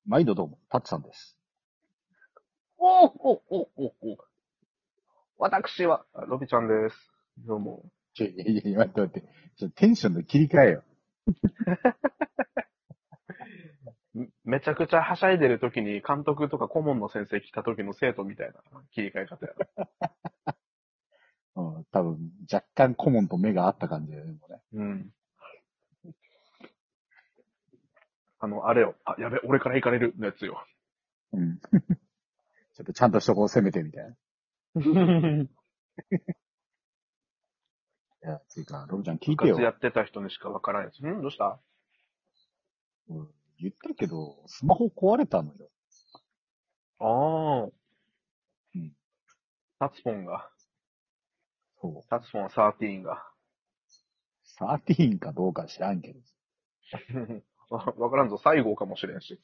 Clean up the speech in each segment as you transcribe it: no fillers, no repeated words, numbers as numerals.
毎度どうも、タッツさんです。 お。私は、ロビちゃんです。どうも。 待って。テンションの切り替えよ。 めちゃくちゃはしゃいでる時に監督とか顧問の先生来た時の生徒みたいな切り替え方やうん、多分、若干顧問と目が合った感じだよね、もうね。 な。うん。あれよ。あ、やべ、俺から行かれるのやつよ。 うん。ちょっとちゃんとしとこう、攻めてみたいな。いや、つうか、ロブちゃん聞部活やいてよ。 ってた人にしかわからんやつ。どうした？ うん、言ったけど、スマホ壊れたのよ。 ああ、 うん。 タツポンが。 そう。 タツポン13が。 13かどうか知らんけど。 わからんぞ。最後かもしれんし。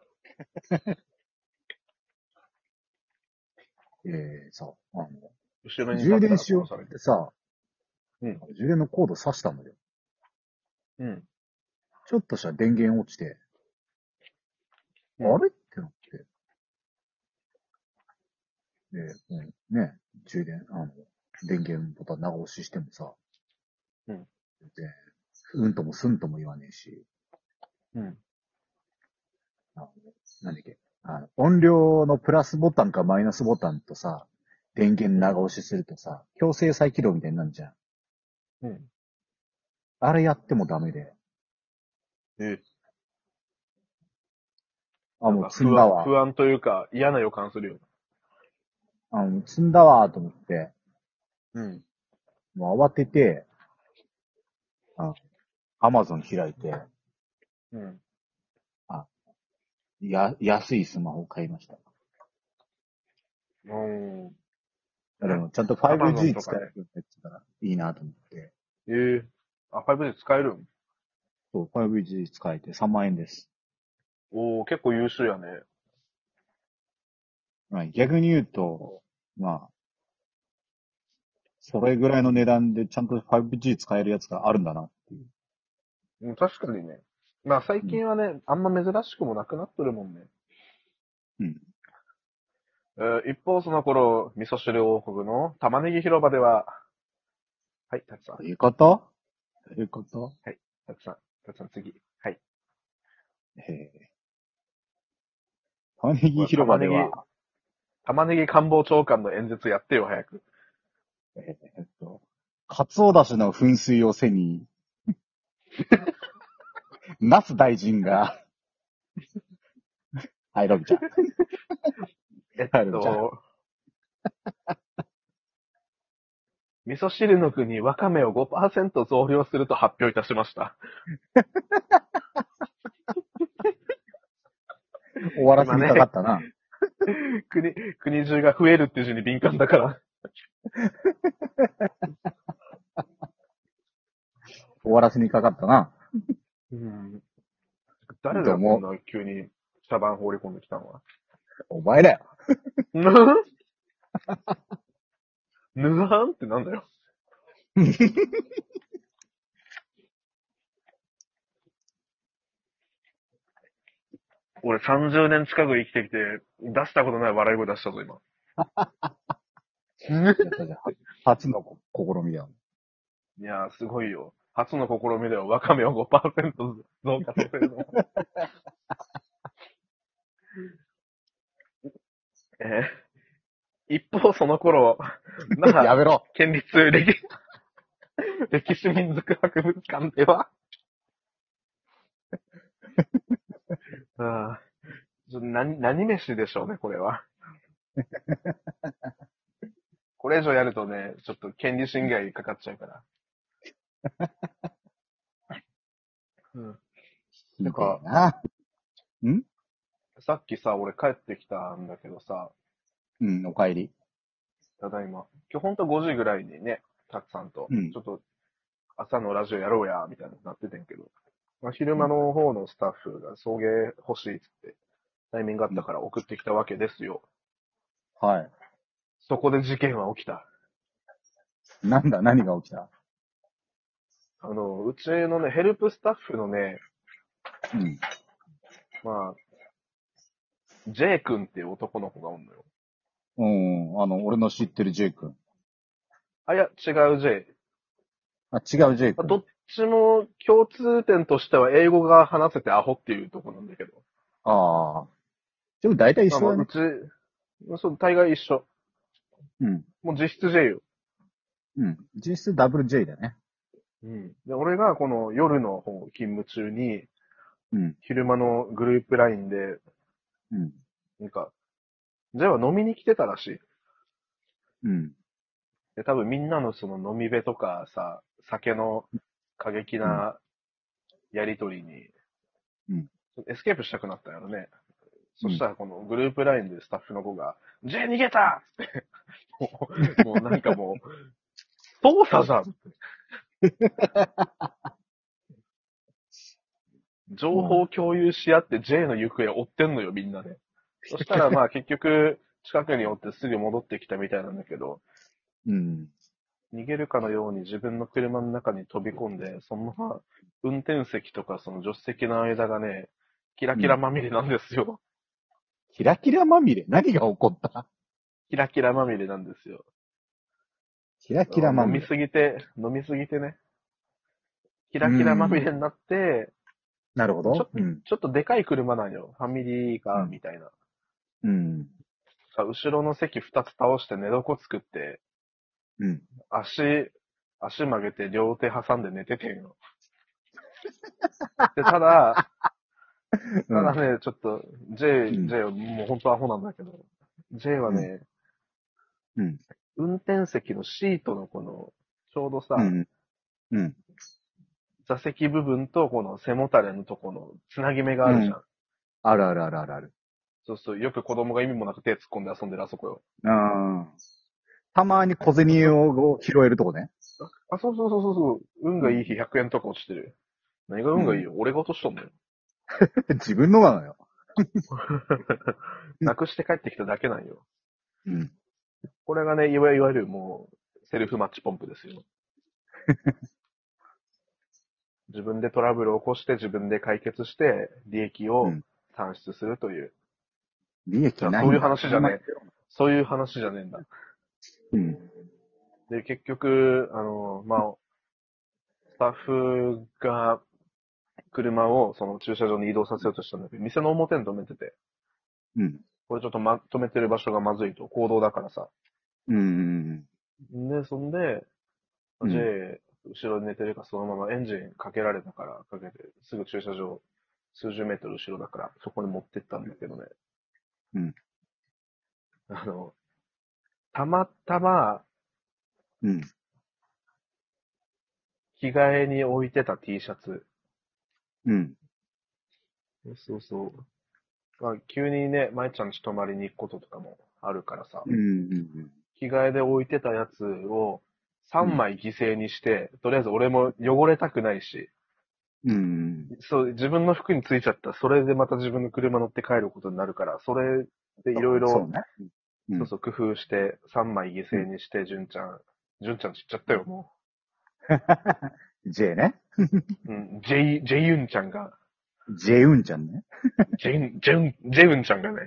さ、 後ろに立ったら充電しようっ殺される。 てさ、 うん。 充電のコード挿したのよ。 うん。 ちょっとした電源落ちて、あうん。 れってなって。で、ね、充電、電源ボタン長押ししてもさ、 うん。 で、うんともすんとも言わねえし、 うん。 あの、なんだっけ、音量のプラスボタンかマイナスボタンとさ、電源うん。 長押しするとさ、強制再起動みたいになるじゃん。 うん。 あれやってもダメで、 え、 もうなんか積んだわ。 不安というか嫌な予感するよ。 積んだわと思って、 うん。 もう慌てて、アマゾン開いて、 うん。 あ、安いスマホ買いました。 うん。 でも、ちゃんとアマゾン 5G とかで。 使えるやつからいいなと思って、 あ、5G 使えるん？ そう、5G 使えて3万円です。 おー、結構優秀やね。 まあ、逆に言うと、まあ、それぐらいの値段でちゃんと 5G 使えるやつがあるんだなっていう。 うん、確かにね。まあ最うん。 近はね、あんま珍しくもなくなっとるもんね。 うん。 一方その頃、味噌汁王国の玉ねぎ広場では、はい、たくさん。 どういうことどういうこと？ はい、たくさん次。はい。 え玉ねほら、 ぎ広場では、 玉ねぎ官房長官の演説やってよ、早く。 カツオだしの噴水を背に、ナス大臣が、はい、ロビちゃん。 えっはい、ロビちゃん。 と、味噌汁の具にわかめを5%増量すると発表いたしました。 終わらせにかか今ね、 ったな。 国中が増えるっていう字に敏感だから。 終わらせにかかったな。 うん、 いい誰だよ、こんと思う。 な急に茶番放り込んできたのは。 お前だよ。 ぬはんってなんだよ。俺30年近く生きてきて、出したことない笑い声出したぞ、今。 やったじゃん。初の試みだよ。 いやー、すごいよ。初の試みではワカメを5%増加させるの。一方その頃、那覇やめろ。 県立歴史民族博物館では、あ何飯でしょうね、これは。これ以上やるとね、ちょっと権利侵害かかっちゃうから。うん。てひでえか、 な。んさっきさ、俺帰ってきたんだけどさ、 うん、お帰り。 ただいま。今日ほんと5時ぐらいにね、たくさんと、 うん。 ちょっと朝のラジオやろうや、みたいになっててんけど、まあ、昼間うん。 の方のスタッフが送迎欲しいっつって、タイミングあっうん。 たから送ってきたわけですよ。 はい。 そこで事件は起きた。 何が起きた？ うちのね、ヘルプスタッフのね、 うん。 まあ、 J 君っていう男の子がおんのよ。 俺の知ってる J 君。 あ、いや、違う J。 あ、違う J 君。 どっちも共通点としては英語が話せてアホっていうとこなんだけど。 ああ。でも大体一まあまあ、 緒だね。 そう、大概一緒。 うん。 もう実質 J よ。 うん。実質ダブル J だね。 うん。で、俺がこの夜の方勤務中に、 うん。 昼間のグループラインで、 うん。 なんか、J は飲みに来てたらしい。 うん。 で、多分みんなのその飲み部とかさ、酒の過激うん。 なやりとりに、 うん。 エスケープしたくなったんやろね。 うん。 そしたらこのグループラインでスタッフの子が、J 逃げたってもうなんかもう、操作じゃん。情報共有し合って J の行方を追ってんのよ、みんなで。そしたらまあ結局、近くにおってすぐ戻ってきたみたいなんだけど、 うん。 逃げるかのように自分の車の中に飛び込んで、そのまま運転席とかその助手席の間がね、キラキラまみれなんですよ。 キラキラまみれ何が起こったキラキラまみれなんですよ。 キラキラま飲みみれ。 すぎて、飲みすぎてね、キうラキラまみん。 れになって、 なるほど。 ちょっと、 うん。 ちょっとでかい車なんよ。ファミリーカーうん。 みたいな。 うん。 後ろの席2つ倒して寝床作って、 うん。 足、足曲げて両手挟んで寝ててんよ。で、ただね、ちょっと、J はもう本当アホなんだけど、J はうん。 ね、 うん。 運転席のシートのこの、ちょうどさ、 うん。うん。 座席部分とこの背もたれのとこのつなぎ目があうん。 るじゃん。 あるあるあるあるある。 そうそう、よく子供が意味もなく手突っ込んで遊んでるあそこよ。 うん。たまに小銭を拾えるとこね。 あ、そうそうそうそうそう、運がいい日うん。 100円とか落ちてる。何がうん。 運がいいよ。俺が落としとんのよ。 自分のなのよ。 なくして帰ってきただけなんよ。 うん。 これがね、いわゆるもう、セルフマッチポンプですよ。自分でトラブルを起こして自分で解決して利益をうん。 算出するという。 利益じゃあそういうないんだ。 話じゃねえ。そういう話じゃねえんだ。 うん。 で、結局、まあ、スタッフが車をその駐車場に移動させようとしたんだけど、店の表に止めてて、 うん。 これちょっと止めてる場所がまずいと、公道だからさ。 うん。 で、そんで、 うん。 J、後ろに寝てるからそのままエンジンかけられたから、かけて、すぐ駐車場、数十メートル後ろだから、そこに持ってったんだけどね。 うん。 あの、たまたま、 うん。 着替えに置いてた T シャツ。 うん。 そうそう。まあ、急にね、舞ちゃんち泊まりに行くこととかもあるからさ。 うん。 着替えで置いてたやつを3 うん。 枚犠牲にして、とりあえず俺も汚れたくないし、 うん。 そう、自分の服についちゃったら、それでまた自分の車乗って帰ることになるから、それでいろいろ、 そうね。うん。 そうそう、工夫して3枚犠うん。 牲にして、純ちゃん知っちゃったよ、も J ね。 う。うん、ジェユンちゃんが、 J うんちゃんね。 ジェウンちゃんがね、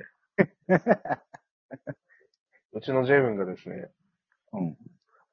うちのジェウンがですね、 うん。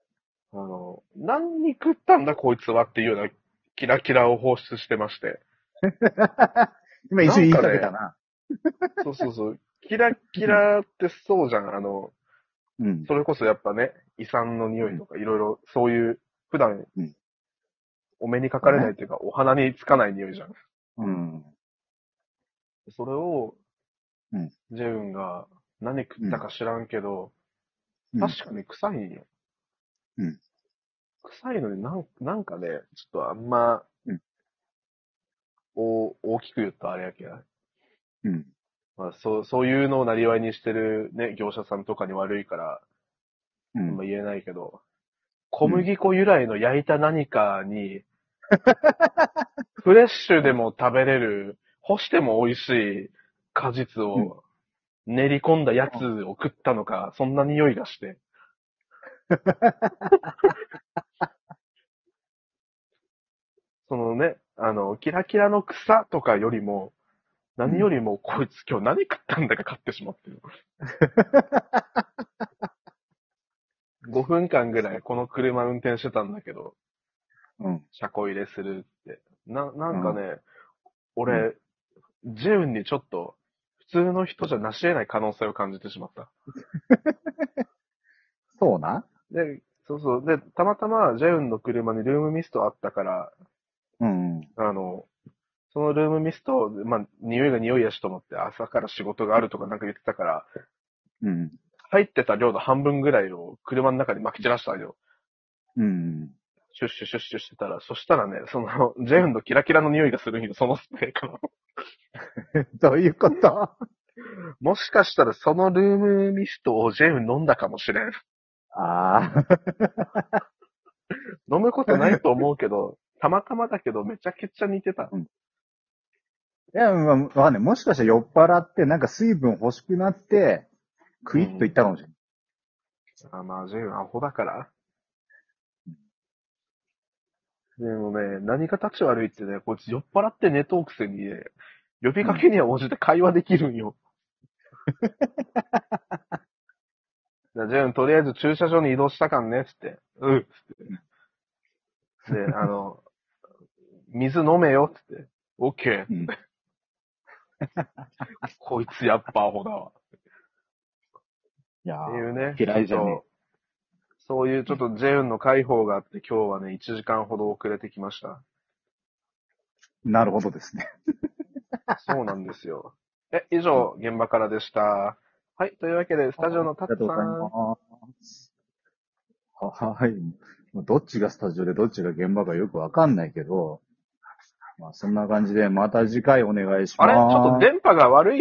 何に食ったんだこいつはっていうようなキラキラを放出してまして。 今一瞬言いなんかね、 かけたな。 そうそうそう、キラキラってそうじゃん。 うん。 それこそやっぱね、胃酸の匂いとかいろいろそういう、普段うん。 お目にかそうね。 かれないというか、お鼻につかない匂いじゃん。 うん。 それを、 うん。 ジェウンが何食っうん。 たか知らんけど、 うん。 確かに臭いんよ。 うん。 臭いのになんかね、ちょっとあんま、 うん。 大きく言うとあれやけど、 うん。 まあ、そういうのをなりわいにしてるね、業者さんとかに悪いから、 うん。 あんま言えないけど、小うん。 麦粉由来の焼いた何かに、フレッシュでも食べれる、干しても美味しい果実うん。 を練り込んだやつを食ったのか、そんな匂いがして。そのね、キラキラの草とかよりも、 何よりもこいつ今日何食ったんだか買ってしまってる。5分間ぐらいこの車運転してたんだけど、 うん。 車庫入れするって。なんかね、 う俺、ジェウンにちょっと、普通の人じゃ成し得ない可能性を感じてしまった。 そうな。 で、そうそう。で、たまたまジェウンの車にルームミストあったから、 うん。 そのルームミスト、まあ、匂いが匂いやしと思って朝から仕事があるとかなんか言ってたから、 うん。 入ってた量の半分ぐらいを車の中に撒き散らしたんよ。 うん。 シュッシュシュッシュしてたら、そしたらね、その、ジェウンのキラキラの匂いがするんよ、そのスプレーから。 どういうこと？ もしかしたらそのルームミストをジェウン飲んだかもしれん。 ああ。 飲むことないと思うけど、たまたまだけどめちゃくちゃ似てた。 いや、まあ、わかんない。もしかしたら酔っ払って、なんか水分欲しくなって、クイッといったかもしれない。 まあ、ジェウンアホだから。でもね、何が立ち悪いってね、こいつ酔っ払って寝とうくせにね、呼びかけには応じて会話できるんよ。じゃあ、ジェウンとりあえず駐車場に移動したかんね、つって。うん、つって。で、水飲めよ、つって。オッケー。 うん。 こいつやっぱアホだわ。 いやっていうね、 ー、嫌いじゃねそういうちょっとジェウンの解放があって今日はね、1時間ほど遅れてきました。 え。なるほどですね。 そうなんですよ。以上、現場からでした。はい、というわけで、スタジオのタッツさありがとうございん。 ます。はい。どっちがスタジオでどっちが現場かよくわかんないけど、まあそんな感じでまた次回お願いしあれちょっとます。 電波が悪い